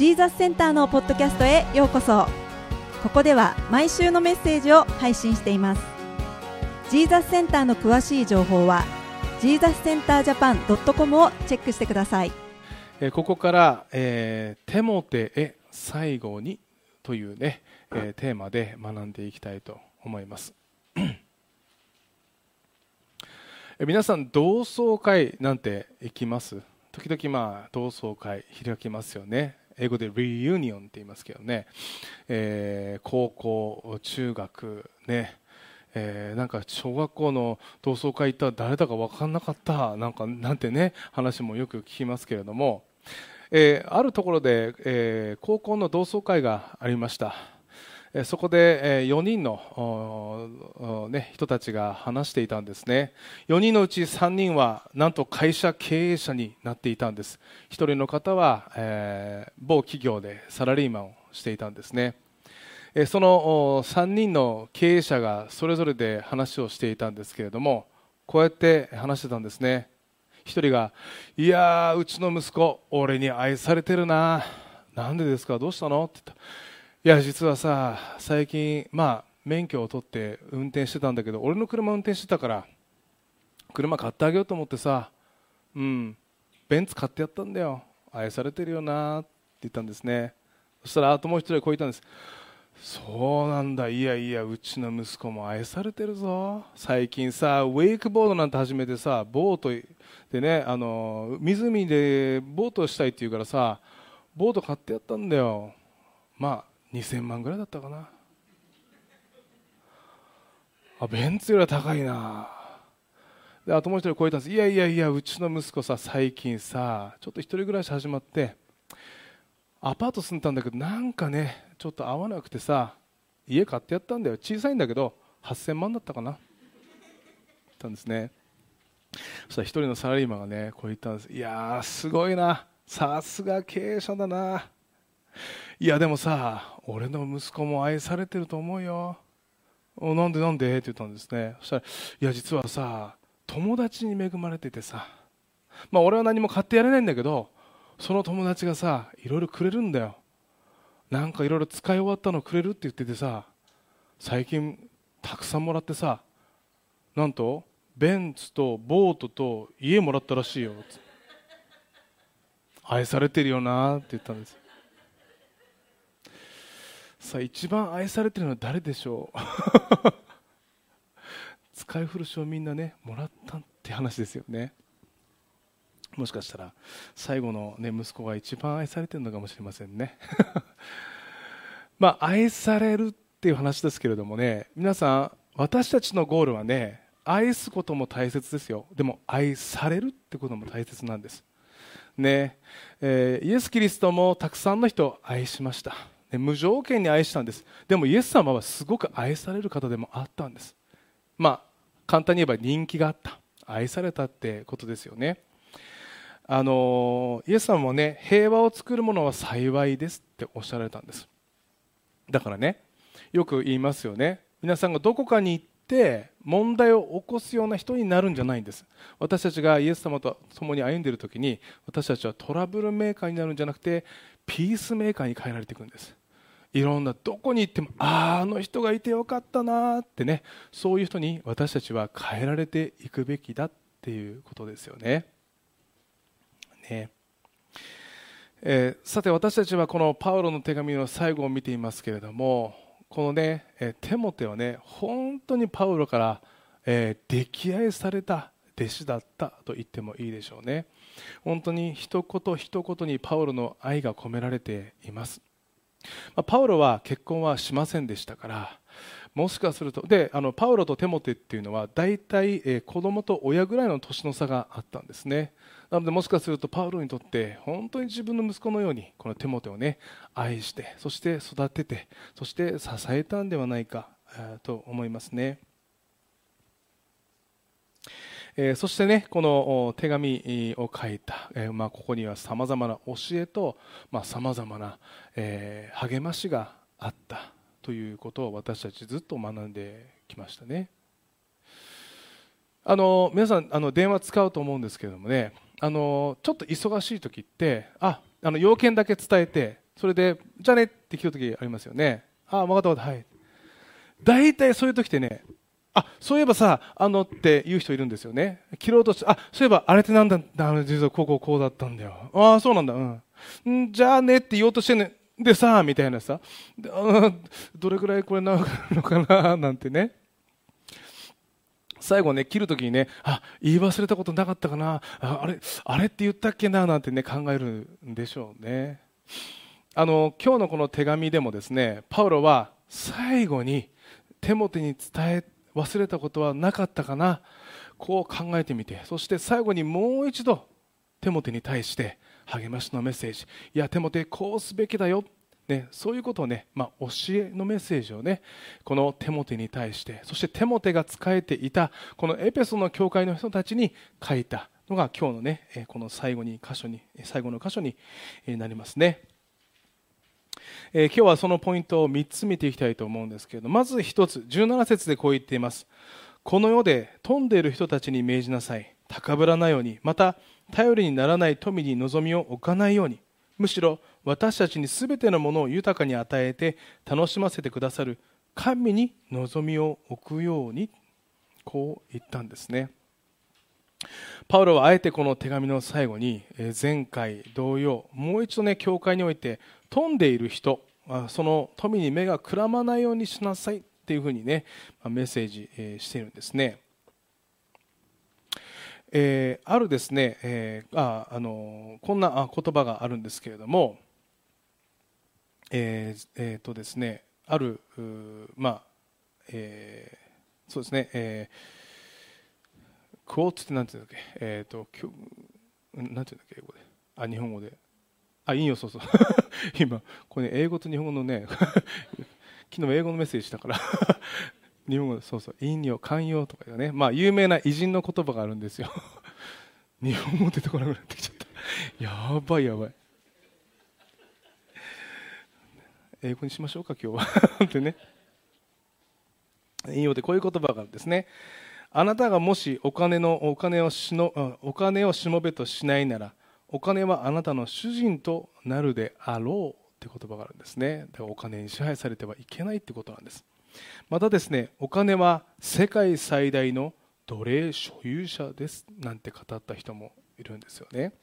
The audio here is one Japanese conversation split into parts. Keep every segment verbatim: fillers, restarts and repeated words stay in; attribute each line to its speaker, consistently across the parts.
Speaker 1: ジーザスセンターのポッドキャストへようこそ。ここでは毎週のメッセージを配信しています。ジーザスセンターの詳しい情報はジーザスセンタージャパンドットコムをチェックしてください。
Speaker 2: えー、ここから、えー、テモテへ最後にというね、えー、テーマで学んでいきたいと思います。皆さん同窓会なんて行きます？時々まあ同窓会開きますよね。英語で reunion って言いますけどね、えー、高校、中学ね、えー、なんか小学校の同窓会行ったら誰だか分からなかったなんかなんてね話もよく聞きますけれども、えー、あるところで、えー、高校の同窓会がありました。そこでよにんの、ね、人たちが話していたんですね。よにんのうちさんにんはなんと会社経営者になっていたんです。ひとりの方は、えー、某企業でサラリーマンをしていたんですね。そのさんにんの経営者がそれぞれで話をしていたんですけれども、こうやって話してたんですね。ひとりが、いやーうちの息子俺に愛されてるな。なんでですか、どうしたのって言った。いや実はさ、最近、まあ、免許を取って運転してたんだけど、俺の車運転してたから車買ってあげようと思ってさ、うん、ベンツ買ってやったんだよ。愛されてるよなって言ったんですね。そしたらあともう一人こう言ったんです。そうなんだ、いやいやうちの息子も愛されてるぞ。最近さウェイクボードなんて始めてさ、ボートでね、あの湖でボートしたいって言うからさ、ボート買ってやったんだよ。まあにせんまんぐらいだったかな。あ、ベンツよりは高いな。であともう一人こう言ったんです。いやいやいやうちの息子さ最近さちょっと一人暮らし始まってアパート住んでたんだけどなんかねちょっと合わなくてさ家買ってやったんだよ。小さいんだけどはっせんまんだったかなって言ったんですね。そしたら一人のサラリーマンがねこう言ったんです。いやーすごいな、さすが経営者だな。いやでもさ俺の息子も愛されてると思うよ。なんでなんでって言ったんですね。そしたらいや実はさ友達に恵まれててさ、まあ俺は何も買ってやれないんだけどその友達がさいろいろくれるんだよ。なんかいろいろ使い終わったのくれるって言っててさ、最近たくさんもらってさ、なんとベンツとボートと家もらったらしいよ。愛されてるよなって言ったんです。さあ一番愛されてるのは誰でしょう使い古しをみんなねもらったって話ですよね。もしかしたら最後の、ね、息子が一番愛されてるのかもしれませんねまあ愛されるっていう話ですけれどもね、皆さん私たちのゴールはね愛すことも大切ですよ。でも愛されるってことも大切なんですね。えー、イエス・キリストもたくさんの人を愛しました。無条件に愛したんです。でもイエス様はすごく愛される方でもあったんです。まあ簡単に言えば人気があった、愛されたってことですよね。あのイエス様もね平和を作るものは幸いですっておっしゃられたんです。だからねよく言いますよね。皆さんがどこかに行って問題を起こすような人になるんじゃないんです。私たちがイエス様と共に歩んでいる時に私たちはトラブルメーカーになるんじゃなくてピースメーカーに変えられていくんです。いろんなどこに行っても あ, あの人がいてよかったなってね、そういう人に私たちは変えられていくべきだっていうことですよね。ねえー、さて私たちはこのパウロの手紙の最後を見ていますけれども、このね、えー、テモテはね本当にパウロから、えー、溺愛された弟子だったと言ってもいいでしょうね。本当に一言一言にパウロの愛が込められています。パウロは結婚はしませんでしたから、もしかするとであのパウロとテモテっていうのは大体、えー、子供と親ぐらいの年の差があったんですね。なのでもしかするとパウロにとって本当に自分の息子のようにこのテモテをね愛して、そして育てて、そして支えたんではないか、えー、と思いますね。えー、そしてねこの手紙を書いた、えーまあ、ここにはさまざまな教えとさまざ、まな、えー、励ましがあったということを私たちずっと学んできましたね。あの皆さんあの電話使うと思うんですけれどもね、あのちょっと忙しい時ってああの要件だけ伝えてそれでじゃあねって来た時ありますよね。ああ分かった分かった、はい。大体そういう時ってね、あそういえばさあのって言う人いるんですよね。切ろうとして、あそういえばあれってなんだ、あの実はこうこうこうだったんだよ、ああそうなんだ、うんんじゃあねって言おうとしてねでさみたいなさ、あどれくらいこれなのかななんてね、最後ね切るときにね、あ言い忘れたことなかったかな、ああれあれって言ったっけななんてね考えるんでしょうね。あの今日のこの手紙でもですね、パウロは最後にテモテに伝え忘れたことはなかったかな、こう考えてみて、そして最後にもう一度テモテに対して励ましのメッセージ、いやテモテこうすべきだよ、ね、そういうことをね、まあ、教えのメッセージをねこのテモテに対して、そしてテモテが仕えていたこのエペソの教会の人たちに書いたのが今日のねこの最後に箇所に最後の箇所になりますね。えー、今日はそのポイントをみっつ見ていきたいと思うんですけれど、まずひとつ、じゅうなな節でこう言っています。この世で富んでいる人たちに命じなさい。高ぶらないように、また頼りにならない富に望みを置かないように、むしろ私たちにすべてのものを豊かに与えて楽しませてくださる神に望みを置くように、こう言ったんですね。パウロはあえてこの手紙の最後に前回同様、もう一度ね教会において富んでいる人、その富に目がくらまないようにしなさいっていうふうにねメッセージしているんですね。えー、あるですね、えー、ああのこんな言葉があるんですけれども、えーえーとですね、あるまあ、えー、そうですね、えークォーツってなんていうんだっけ、えっ、ー、と、なんていうんだっけ、英語で。あ、日本語で。あ、引用、そうそう。今、これ、ね、英語と日本語のね、昨日英語のメッセージしたから、日本語で、そうそう、引用、寛容とかね、まあ、有名な偉人の言葉があるんですよ。日本語出てこなくなってきちゃった。やばいやばい。英語にしましょうか、今日は。でね。引用でこういう言葉があるんですね。あなたがもしお金のお金をしのお金をしもべとしないなら、お金はあなたの主人となるであろうという言葉があるんですね。だからお金に支配されてはいけないということなんです。またですね、お金は世界最大の奴隷所有者ですなんて語った人もいるんですよね。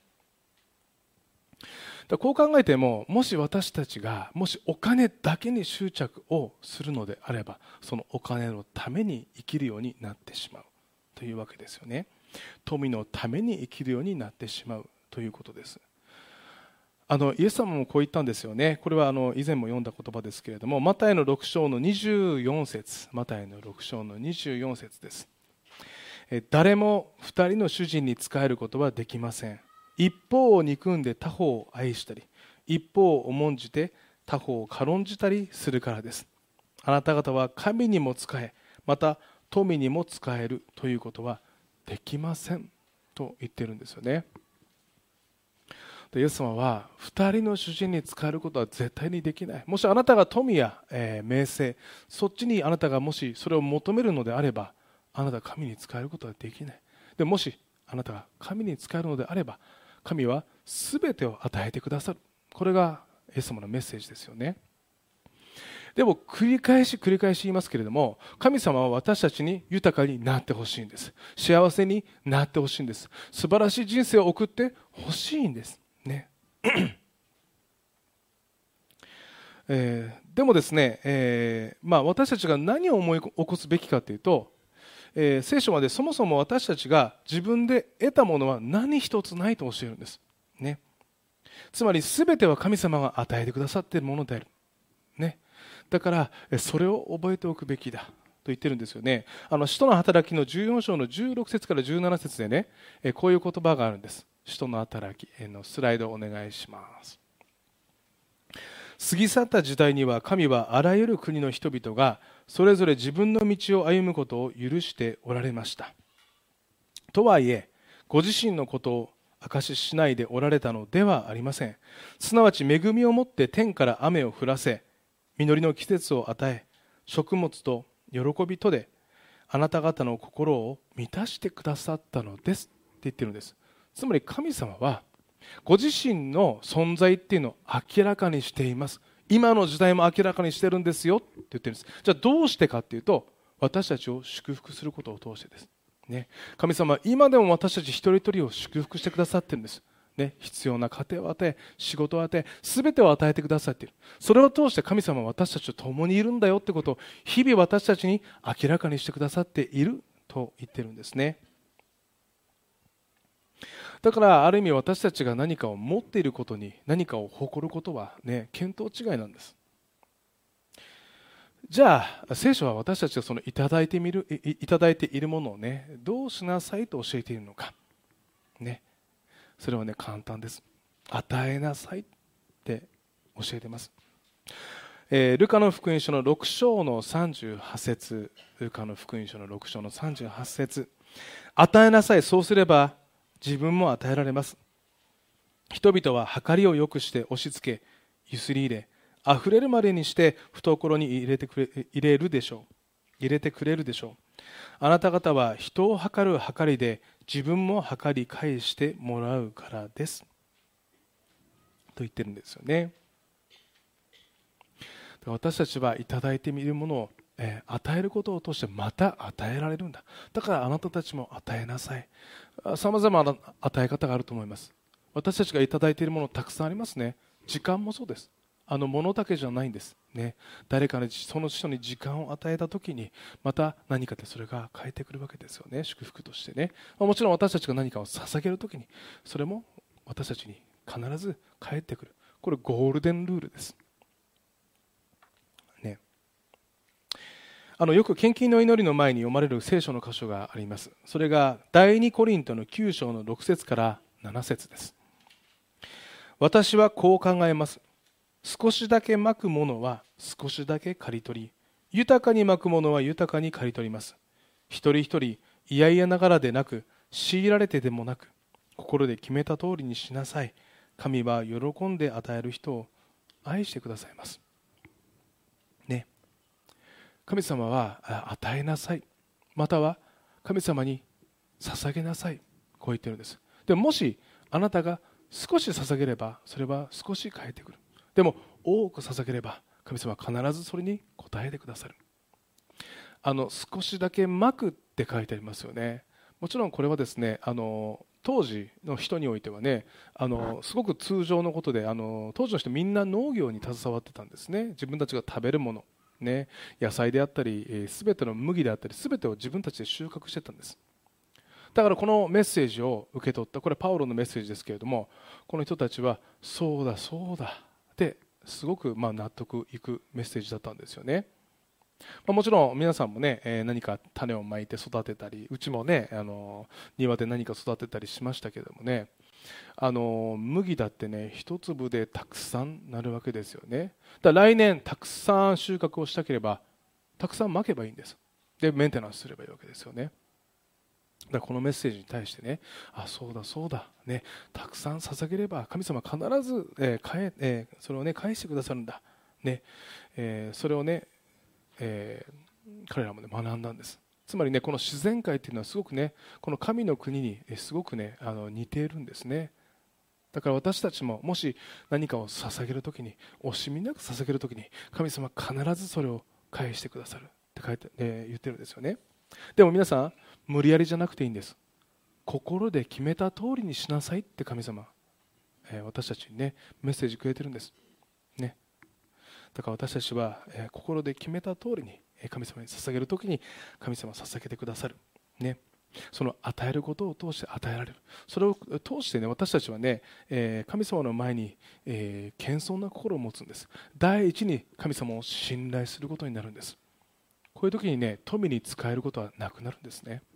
Speaker 2: だこう考えても、もし私たちがもしお金だけに執着をするのであれば、そのお金のために生きるようになってしまうというわけですよね。富のために生きるようになってしまうということです。あのイエス様もこう言ったんですよね。これはあの以前も読んだ言葉ですけれども、マタイのろく章のにじゅうよん節、マタイのろく章のにじゅうよん節です。誰も二人の主人に仕えることはできません。一方を憎んで他方を愛したり、一方を重んじて他方を軽んじたりするからです。あなた方は神にも仕え、また富にも仕えるということはできませんと言ってるんですよね。イエス様は二人の主人に仕えることは絶対にできない。もしあなたが富や、えー、名声、そっちにあなたがもしそれを求めるのであれば、あなたは神に仕えることはできない。でもしあなたが神に仕えるのであれば、神は全てを与えてくださる。これがイエス様のメッセージですよね。でも繰り返し繰り返し言いますけれども、神様は私たちに豊かになってほしいんです。幸せになってほしいんです。素晴らしい人生を送ってほしいんですね。えー、でもですね、えーまあ、私たちが何を思い起こすべきかというと、えー、聖書までそもそも私たちが自分で得たものは何一つないと教えるんです、ね、つまり全ては神様が与えてくださっているものである、ね、だからそれを覚えておくべきだと言ってるんですよね。あの使徒の働きのじゅうよん章のじゅうろく節からじゅうなな節でね、こういう言葉があるんです。使徒の働きのスライドをお願いします。過ぎ去った時代には神はあらゆる国の人々がそれぞれ自分の道を歩むことを許しておられました。とはいえご自身のことを証ししないでおられたのではありません。すなわち恵みをもって天から雨を降らせ、実りの季節を与え、食物と喜びとであなた方の心を満たしてくださったのですって言ってるんです。つまり神様はご自身の存在っていうのを明らかにしています。今の時代も明らかにしてるんですよって言ってるんです。じゃあどうしてかっていうと、私たちを祝福することを通してです、ね、神様は今でも私たち一人一人を祝福してくださってるんです、ね、必要な家庭を与え、仕事を与え、全てを与えてくださっている。それを通して神様は私たちと共にいるんだよってことを日々私たちに明らかにしてくださっていると言ってるんですね。だからある意味私たちが何かを持っていることに何かを誇ることはね、見当違いなんです。じゃあ聖書は私たちがそのいただいてみるい、いただいているものをね、どうしなさいと教えているのか、ね、それはね簡単です。与えなさいって教えてます。えー、ルカの福音書のろく章のさんじゅうはち節、ルカの福音書のろく章のさんじゅうはち節、与えなさい、そうすれば自分も与えられます。人々は計りを良くして押し付け、ゆすり入れ、あふれるまでにして懐に入れてくれ、入れるでしょう。入れてくれるでしょう。あなた方は人を測る測りで自分も測り返してもらうからです。と言ってるんですよね。私たちはいただいているものをえー、与えることを通してまた与えられるんだ。だからあなたたちも与えなさい。さまざまな与え方があると思います。私たちがいただいているものたくさんありますね。時間もそうです。あのものだけじゃないんです、ね、誰かにその人に時間を与えたときにまた何かでそれが変えてくるわけですよね。祝福としてね。もちろん私たちが何かを捧げるときにそれも私たちに必ず返ってくる。これゴールデンルールです。あのよく献金の祈りの前に読まれる聖書の箇所があります。それが第二コリントのきゅう章のろく節からなな節です。私はこう考えます。少しだけまくものは少しだけ刈り取り、豊かにまくものは豊かに刈り取ります。一人一人いやいやながらでなく、強いられてでもなく、心で決めた通りにしなさい。神は喜んで与える人を愛してくださいます。ね。神様は与えなさい、または神様に捧げなさい、こう言ってるんです。でももしあなたが少し捧げればそれは少し返ってくる。でも多く捧げれば神様は必ずそれに応えてくださる。あの少しだけまくって書いてありますよね。もちろんこれはですね、あの当時の人においてはね、あのすごく通常のことで、あの当時の人みんな農業に携わってたんですね。自分たちが食べるものね、野菜であったりすべての麦であったり全てを自分たちで収穫してたんです。だからこのメッセージを受け取った、これはパウロのメッセージですけれども、この人たちはそうだそうだってすごくまあ納得いくメッセージだったんですよね。まあ、もちろん皆さんもね、えー、何か種をまいて育てたり、うちもね、あの庭で何か育てたりしましたけれどもね、あの麦だってね一粒でたくさんなるわけですよね。だから来年たくさん収穫をしたければたくさんまけばいいんです。でメンテナンスすればいいわけですよね。だからこのメッセージに対してね、あそうだそうだ、ね、たくさん捧げれば神様必ず、えー返えー、それをね返してくださるんだ、ねえー、それをね、えー、彼らもね学んだんです。つまりねこの自然界というのはすごくねこの神の国にすごくねあの似ているんですね。だから私たちももし何かを捧げるときに、惜しみなく捧げるときに神様は必ずそれを返してくださるって書いて、えー、言ってるんですよね。でも皆さん無理やりじゃなくていいんです。心で決めた通りにしなさいって神様、えー、私たちにねメッセージくれてるんです、ね、だから私たちは、えー、心で決めた通りに神様に捧げるときに神様は捧げてくださる、ね、その与えることを通して与えられる。それを通してね私たちはね、えー、神様の前に、えー、謙遜な心を持つんです。第一に神様を信頼することになるんです。こういう時にね富に使えることはなくなるんですね。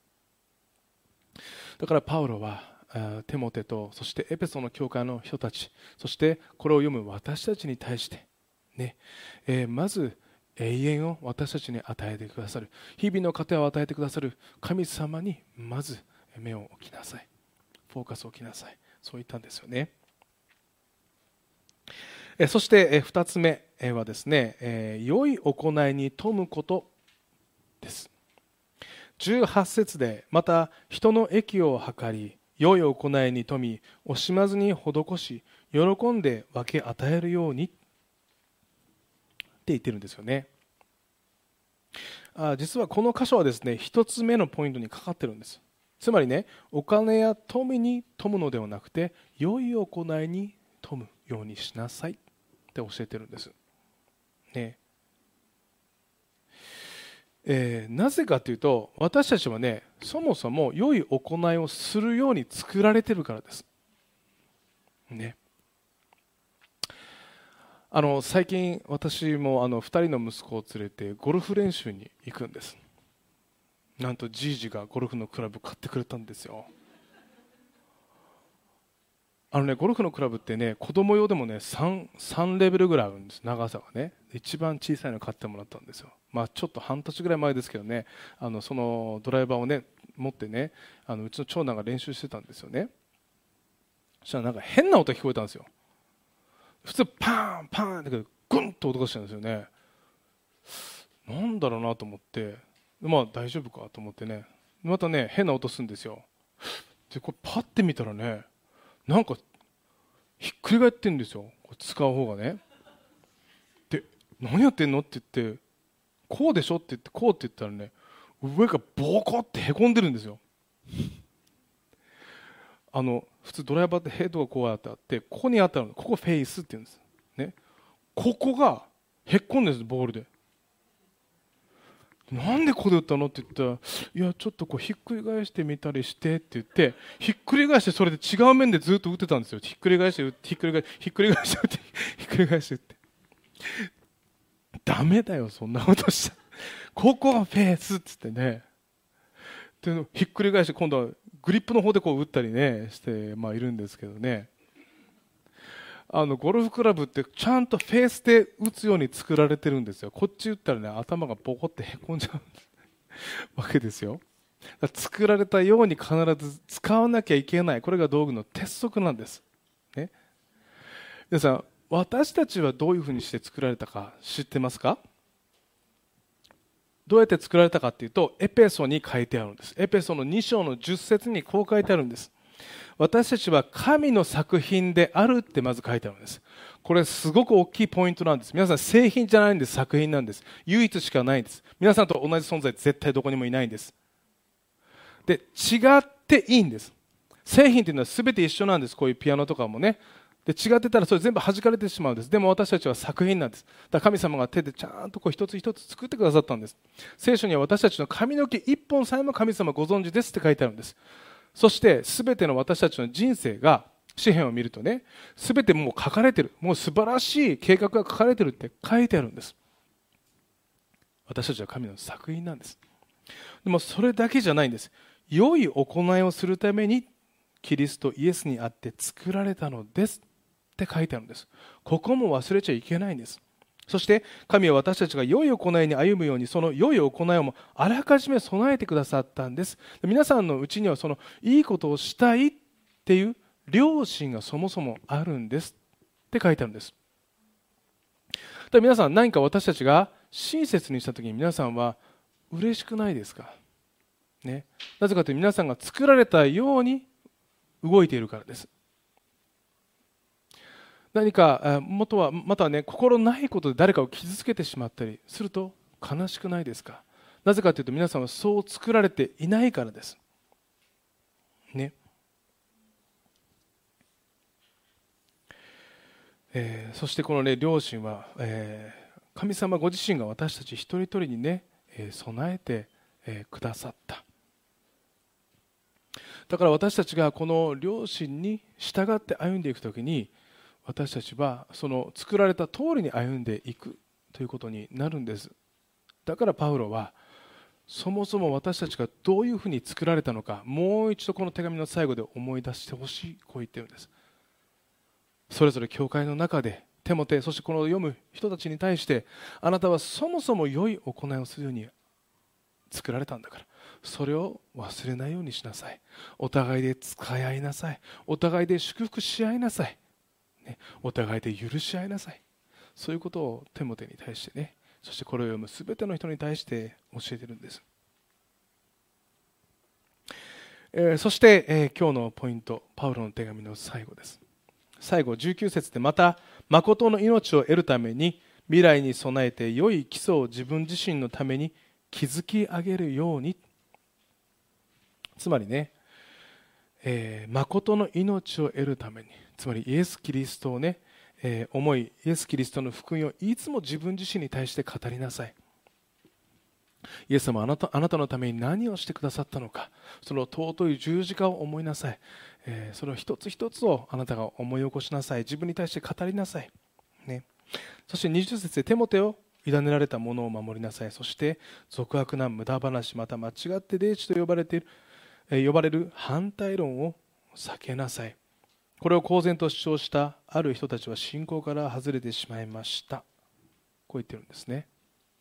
Speaker 2: だからパウロはテモテとそしてエペソの教会の人たち、そしてこれを読む私たちに対して、ねえー、まず永遠を私たちに与えてくださる、日々の糧を与えてくださる神様にまず目を置きなさい、フォーカスを置きなさい、そう言ったんですよね。えそしてふたつめはですね、えー、良い行いに富むことです。じゅうはち節で、また人の益を計り良い行いに富み、惜しまずに施し、喜んで分け与えるようにって言ってるんですよね。あ実はこの箇所はですね、一つ目のポイントにかかってるんです。つまりね、お金や富に富むのではなくて、良い行いに富むようにしなさいって教えてるんです。ねえー、なぜかというと、私たちはね、そもそも良い行いをするように作られてるからです。ね。あの最近私もあのふたりの息子を連れてゴルフ練習に行くんです。なんとじいじがゴルフのクラブ買ってくれたんですよ。あのね、ゴルフのクラブってね、子供用でもね 3, 3レベルぐらいあるんです、長さがね。一番小さいの買ってもらったんですよ。まあちょっと半年ぐらい前ですけどね、あのそのドライバーをね持ってね、あのうちの長男が練習してたんですよね。そしたらなんか変な音聞こえたんですよ。普通パーンパーンってグンと音がしたんですよね。なんだろうなと思って、まあ大丈夫かと思ってね、またね変な音するんですよ。でこれパッて見たらね、なんかひっくり返ってるんですよ、これ使う方がね。で何やってんのって言って、こうでしょって言って、こうって言ったらね、上がボコってへこんでるんですよ。あの普通ドライバーってヘッドがこうやってあって、ここに当たるの、ここフェイスって言うんです、ね、ここがへっこんでるんです、ボールで。なんでここで打ったのって言ったら、いやちょっとこうひっくり返してみたりしてって言って、ひっくり返して、それで違う面でずっと打ってたんですよ。ひっくり返して打って、ひっくり返してひっくり返して打って、ひっくり返して打って。ダメだよそんなことしちゃ。ここがフェースっつってね。でひっくり返して、今度はグリップの方でこう打ったりねして、まあいるんですけどね。あのゴルフクラブってちゃんとフェースで打つように作られてるんですよ。こっち打ったらね、頭がボコってへこんじゃうわけですよ。だから作られたように必ず使わなきゃいけない、これが道具の鉄則なんです、ね、皆さん、私たちはどういうふうにして作られたか知ってますか？どうやって作られたかというと、エペソに書いてあるんです。エペソのに章のじゅっ節にこう書いてあるんです。私たちは神の作品であるってまず書いてあるんです。これすごく大きいポイントなんです。皆さん、製品じゃないんです、作品なんです。唯一しかないんです。皆さんと同じ存在絶対どこにもいないんです。で、違っていいんです。製品というのは全て一緒なんです。こういうピアノとかもね。で、違ってたらそれ全部弾かれてしまうんです。でも私たちは作品なんです。だから神様が手でちゃんとこう一つ一つ作ってくださったんです。聖書には私たちの髪の毛一本さえも神様ご存知ですって書いてあるんです。そして全ての私たちの人生が、詩篇を見るとね、全てもう書かれてる、もう素晴らしい計画が書かれてるって書いてあるんです。私たちは神の作品なんです。でもそれだけじゃないんです。良い行いをするためにキリストイエスにあって作られたのですって書いてあるんです。ここも忘れちゃいけないんです。そして神は私たちが良い行いに歩むように、その良い行いをもあらかじめ備えてくださったんです。皆さんのうちにはそのいいことをしたいっていう良心がそもそもあるんですって書いてあるんです。だから皆さん、何か私たちが親切にしたときに皆さんは嬉しくないですか、ね、なぜかというと皆さんが作られたように動いているからです。何かもとはまたはね、心ないことで誰かを傷つけてしまったりすると悲しくないですか？なぜかというと皆さんはそう作られていないからですね。えー、そしてこのね、良心は、えー、神様ご自身が私たち一人一人にね、えー、備えて、えー、くださった。だから私たちがこの良心に従って歩んでいくときに、私たちはその作られた通りに歩んでいくということになるんです。だからパウロはそもそも私たちがどういうふうに作られたのか、もう一度この手紙の最後で思い出してほしい、こう言ってるんです。それぞれ教会の中でテモテ、そしてこの読む人たちに対して、あなたはそもそも良い行いをするように作られたんだから、それを忘れないようにしなさい。お互いで使い合いなさい。お互いで祝福し合いなさい、ね、お互いで許し合いなさい。そういうことをテモテに対してね、そしてこれを読むすべての人に対して教えているんです。 えー、そして、えー、今日のポイント、パウロの手紙の最後です。最後じゅうきゅう節で、また誠の命を得るために未来に備えて良い基礎を自分自身のために築き上げるように。つまりね、えー、誠の命を得るために、つまりイエス・キリストをね、えー、思い、イエス・キリストの福音をいつも自分自身に対して語りなさい。イエス様はあなた、あなたのために何をしてくださったのか、その尊い十字架を思いなさい。えー、その一つ一つをあなたが思い起こしなさい。自分に対して語りなさい、ね、そしてにじゅう節で、テモテを委ねられたものを守りなさい。そして俗悪な無駄話、また間違って霊知と呼ばれている、えー、呼ばれる反対論を避けなさい。これを公然と主張したある人たちは信仰から外れてしまいました。こう言ってるんですね。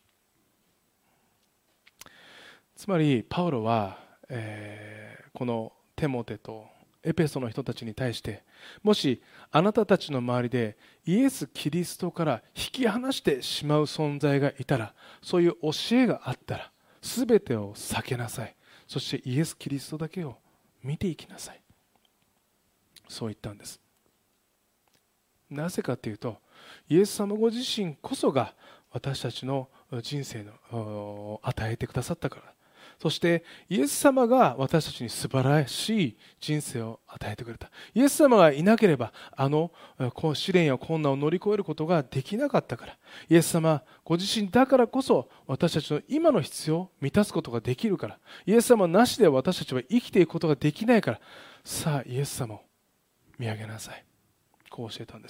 Speaker 2: つまりパウロは、えー、このテモテとエペソの人たちに対して、もしあなたたちの周りでイエス・キリストから引き離してしまう存在がいたら、そういう教えがあったら全てを避けなさい。そしてイエス・キリストだけを見ていきなさい。そう言ったんです。なぜかというと、イエス様ご自身こそが私たちの人生の与えてくださったから。そしてイエス様が私たちに素晴らしい人生を与えてくれた。イエス様がいなければあの試練や困難を乗り越えることができなかったから。イエス様ご自身だからこそ私たちの今の必要を満たすことができるから。イエス様なしで私たちは生きていくことができないから、さあイエス様を見上げなさい。こう教えたんです。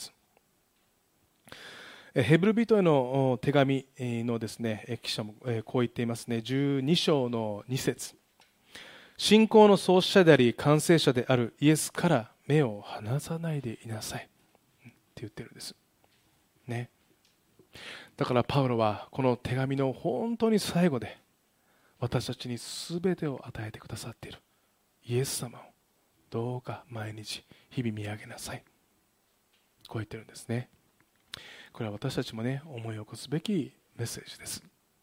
Speaker 2: ヘブル人への手紙のですね、記者もこう言っていますね。じゅうに章のに節。信仰の創始者であり完成者であるイエスから目を離さないでいなさいって言ってるんですね。だからパウロはこの手紙の本当に最後で私たちに全てを与えてくださっているイエス様をどうか毎日日々見上げなさい、こう言ってるんですね。これは私たちもね、思い起こすべきメッセージです。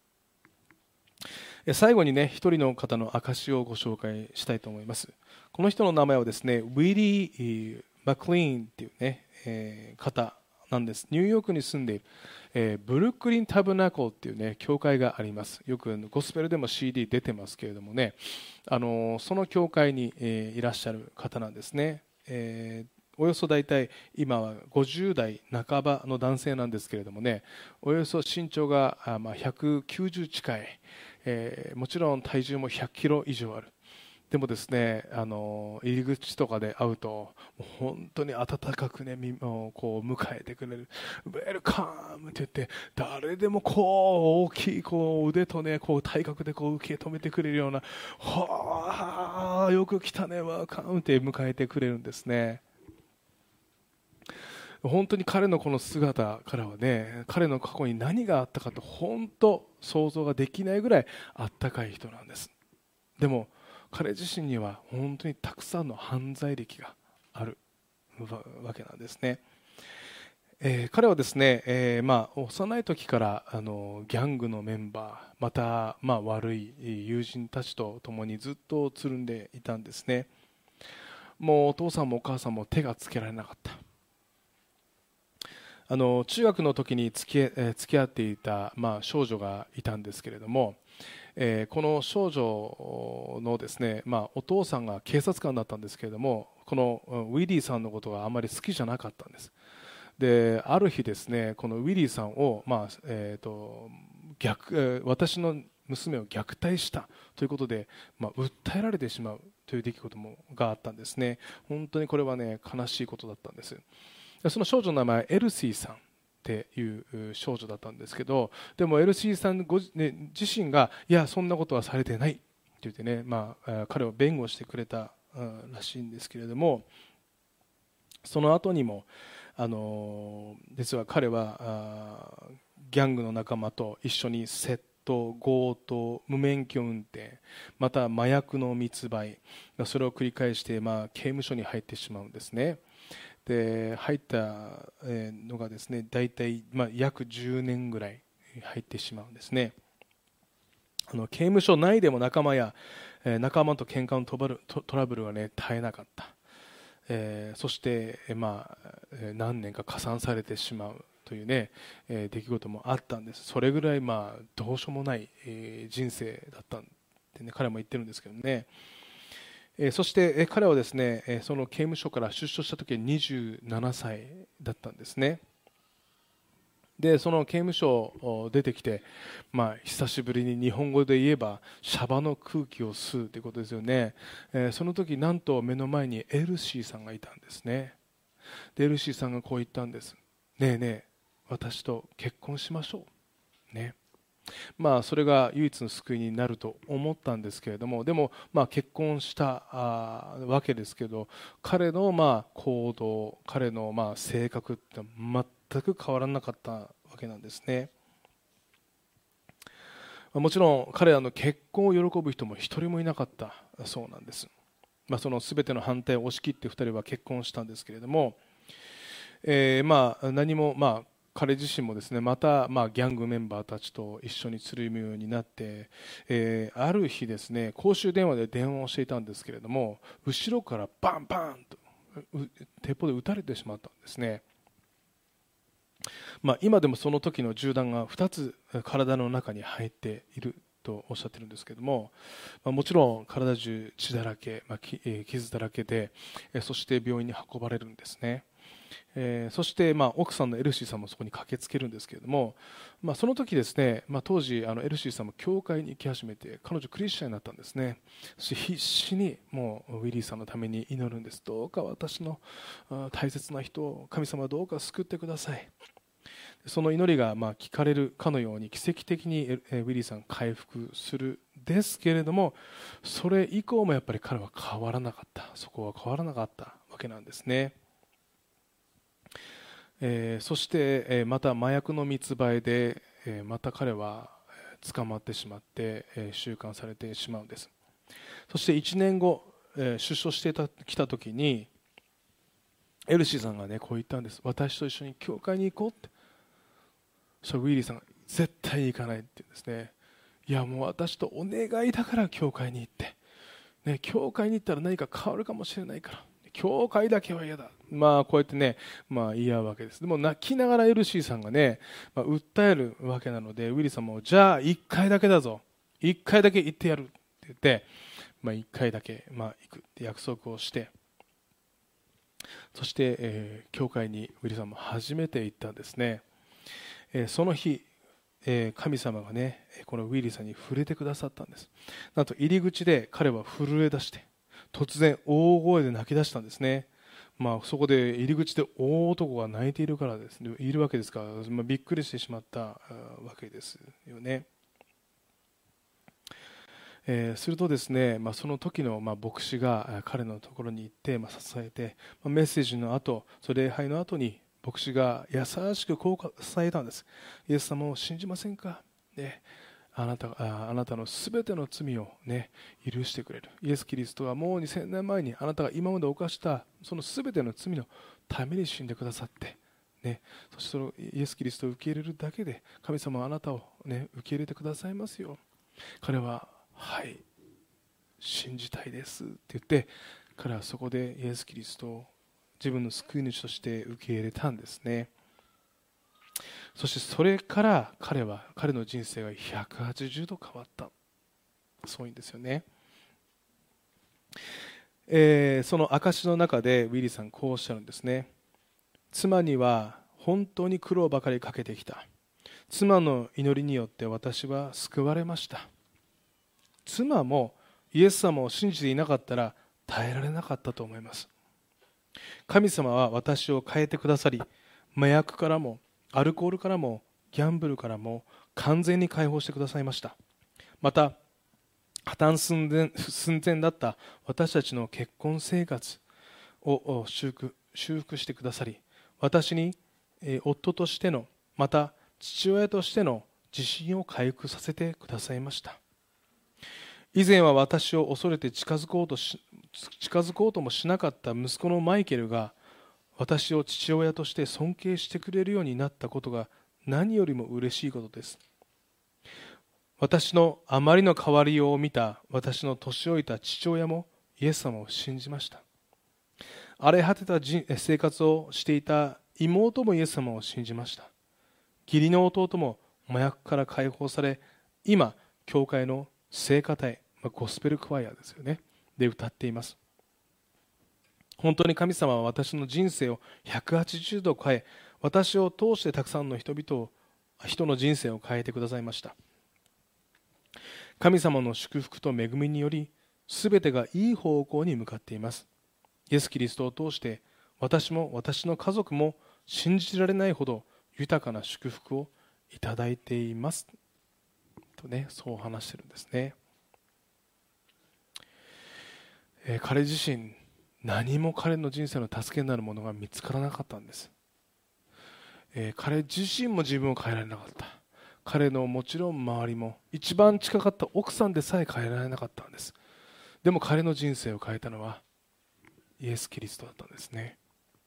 Speaker 2: 最後にね、一人の方の証をご紹介したいと思います。この人の名前はですね、ウィリー・マクリーンっていうね、えー、方なんです。ニューヨークに住んでいる、えー、ブルックリン・タブナコルっていうね、教会があります。よくゴスペルでも シーディー 出てますけれどもね、あのー、その教会に、えー、いらっしゃる方なんですね。えーおよそ大体今はごじゅう代半ばの男性なんですけれどもね、およそ身長がまあひゃくきゅうじゅう近い、えー、もちろん体重もひゃくキロ以上ある。でもですね、あの入り口とかで会うともう本当に温かくね、こう迎えてくれる。ウェルカムって言って、誰でもこう大きいこう腕とね、こう体格でこう受け止めてくれるような、はあよく来たね、ワーカムって迎えてくれるんですね。本当に彼のこの姿からはね、彼の過去に何があったかと本当想像ができないぐらいあったかい人なんです。でも彼自身には本当にたくさんの犯罪歴があるわけなんですね。えー、彼はですね、えーまあ、幼い時からあのギャングのメンバー、また、まあ、悪い友人たちと共にずっとつるんでいたんですね。もうお父さんもお母さんも手がつけられなかった。あの中学の時に付き、えー、付き合っていた、まあ、少女がいたんですけれども、えー、この少女のですね、まあ、お父さんが警察官だったんですけれども、このウィリーさんのことがあまり好きじゃなかったんです。である日ですね、このウィリーさんを、まあえー、と逆、えー、私の娘を虐待したということで、まあ、訴えられてしまうという出来事もがあったんですね。本当にこれはね、悲しいことだったんです。その少女の名前はエルシーさんっていう少女だったんですけど、でもエルシーさんご、ね、自身がいやそんなことはされてないって言ってね、まあ、彼を弁護してくれたらしいんですけれども、その後にもあの実は彼はギャングの仲間と一緒に窃盗、強盗、無免許運転、また麻薬の密売、それを繰り返して、まあ、刑務所に入ってしまうんですね。で入ったのがですね、大体、まあ、約じゅうねんぐらい入ってしまうんですね。 あの刑務所内でも仲間や、えー仲間と喧嘩のトバルトトラブルはね絶えなかった、えーそして、えーまあ、えー何年か加算されてしまうというね、えー出来事もあったんです。それぐらい、まあ、どうしようもない、えー人生だったってね彼も言ってるんですけどね。えーそして、えー彼はですね、えーその刑務所から出所した時はにじゅうななさいだったんですね。でその刑務所を出てきて、まあ、久しぶりに日本語で言えばシャバの空気を吸うということですよね、えーその時なんと目の前にエルシーさんがいたんですね。でエルシーさんがこう言ったんです。ねえねえ、私と結婚しましょうね。まあ、それが唯一の救いになると思ったんですけれども、でも、まあ、結婚したあわけですけど、彼のまあ行動、彼のまあ性格って全く変わらなかったわけなんですね。もちろん彼らの結婚を喜ぶ人も一人もいなかったそうなんです。まあ、その全ての反対を押し切ってふたりは結婚したんですけれども、えーまあ何も、まあ、彼自身もですねまた、まあ、ギャングメンバーたちと一緒につるむようになって、えーある日ですね公衆電話で電話をしていたんですけれども、後ろからバンバンとう鉄砲で撃たれてしまったんですね。まあ、今でもその時の銃弾がふたつ体の中に入っているとおっしゃってるんですけども、まあ、もちろん体中血だらけ、まあきえー傷だらけで、えーそして病院に運ばれるんですね。えーそして、まあ、奥さんのエルシーさんもそこに駆けつけるんですけれども、まあ、その時ですね、まあ、当時あのエルシーさんも教会に行き始めて彼女クリスチャンになったんですね。そして必死にもうウィリーさんのために祈るんです。どうか私のあ大切な人を神様どうか救ってください。その祈りがまあ聞かれるかのように奇跡的にウィリーさん回復するですけれども、それ以降もやっぱり彼は変わらなかった、そこは変わらなかったわけなんですね。えーそして、えーまた麻薬の密売で、えーまた彼はえー捕まってしまって、えー収監されてしまうんです。そしていちねんご、えー出所してきた時にエルシーさんがねこう言ったんです。私と一緒に教会に行こうって。そしたらウィリーさんが絶対行かないって言うんですね。いやもう私とお願いだから教会に行って、ね、教会に行ったら何か変わるかもしれないから教会だけは嫌だ、まあこうやってね、まあ、言い合うわけです。でも泣きながらエルシーさんがね、まあ、訴えるわけなのでウィリーさんもじゃあいっかいだけだぞ、いっかいだけ行ってやるって言って、まあ、いっかいだけ、まあ、行くって約束をして、そして、えー、教会にウィリーさんも初めて行ったんですね。えーその日、えー神様がねこのウィリーさんに触れてくださったんです。なんと入り口で彼は震え出して突然大声で泣き出したんですね。まあ、そこで入り口で大男が泣いているからです、ね、いるわけですから、まあ、びっくりしてしまったわけですよね。えーするとですね、まあ、その時のまあ牧師が彼のところに行って、まあ、支えて、まあ、メッセージの後、それ礼拝の後に牧師が優しくこう伝えたんです。イエス様を信じませんか、ね、あなたああなたのすべての罪を、ね、許してくれる。イエス・キリストはもうにせんねんまえにあなたが今まで犯したそのすべての罪のために死んでくださって、ね、そしてそのイエス・キリストを受け入れるだけで神様はあなたを、ね、受け入れてくださいますよ。彼ははい信じたいですって言って、彼はそこでイエス・キリストを自分の救い主として受け入れたんですね。そしてそれから彼は彼の人生がひゃくはちじゅうど変わった、そういうんですよね。えーその証の中でウィリーさんこうおっしゃるんですね。妻には本当に苦労ばかりかけてきた。妻の祈りによって私は救われました。妻もイエス様を信じていなかったら耐えられなかったと思います。神様は私を変えてくださり、麻薬からもアルコールからもギャンブルからも完全に解放してくださいました。また破綻寸前、寸前だった私たちの結婚生活を修復、修復してくださり、私に夫としてのまた父親としての自信を回復させてくださいました。以前は私を恐れて近づこうとし、近づこうともしなかった息子のマイケルが私を父親として尊敬してくれるようになったことが何よりも嬉しいことです。 私のあまりの変わりようを見た私の年老いた父親もイエス様を信じました。荒れ果てた生活をしていた妹もイエス様を信じました。義理の弟も麻薬から解放され、今教会の聖歌隊、ゴスペルクワイアですよね、で歌っています。本当に神様は私の人生をひゃくはちじゅうど変え、私を通してたくさんの人々を人の人生を変えてくださいました。神様の祝福と恵みにより、すべてがいい方向に向かっています。イエス・キリストを通して私も私の家族も信じられないほど豊かな祝福をいただいていますとね、そう話してるんですね。えー、彼自身何も彼の人生の助けになるものが見つからなかったんです。えー、彼自身も自分を変えられなかった。彼のもちろん周りも一番近かった奥さんでさえ変えられなかったんです。でも彼の人生を変えたのはイエス・キリストだったんですね。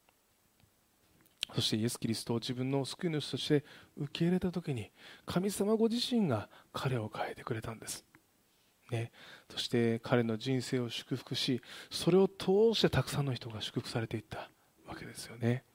Speaker 2: そしてイエス・キリストを自分の救い主として受け入れたときに、神様ご自身が彼を変えてくれたんです、ね、そして彼の人生を祝福し、それを通してたくさんの人が祝福されていったわけですよね。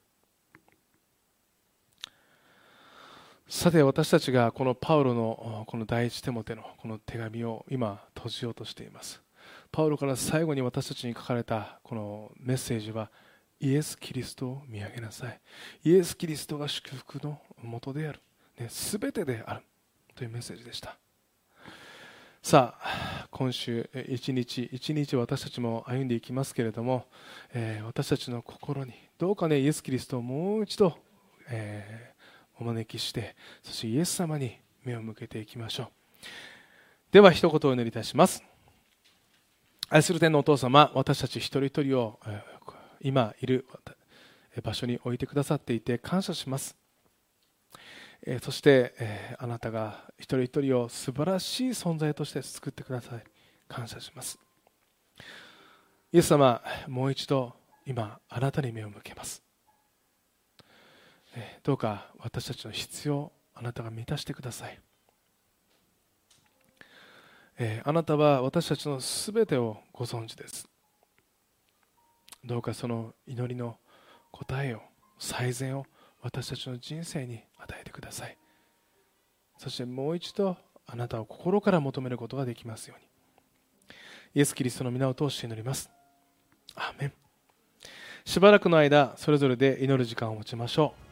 Speaker 2: さて、私たちがこのパウロのこの第一テモテのこの手紙を今閉じようとしています。パウロから最後に私たちに書かれたこのメッセージは、イエス・キリストを見上げなさい。イエス・キリストが祝福の元である、ね、全てであるというメッセージでした。さあ、今週一日一日私たちも歩んでいきますけれども、えー、私たちの心にどうかね、イエス・キリストをもう一度、えー、お招きして、そしてイエス様に目を向けていきましょう。では一言お祈りいたします。愛する天のお父様、私たち一人一人を今いる場所に置いてくださっていて感謝します。そしてあなたが一人一人を素晴らしい存在として救ってください。感謝します。イエス様、もう一度今あなたに目を向けます。どうか私たちの必要をあなたが満たしてください。あなたは私たちのすべてをご存知です。どうかその祈りの答えを、最善を私たちの人生に与えてください。そしてもう一度あなたを心から求めることができますように、イエス・キリストの皆を通して祈ります。アーメン。しばらくの間それぞれで祈る時間を持ちましょう。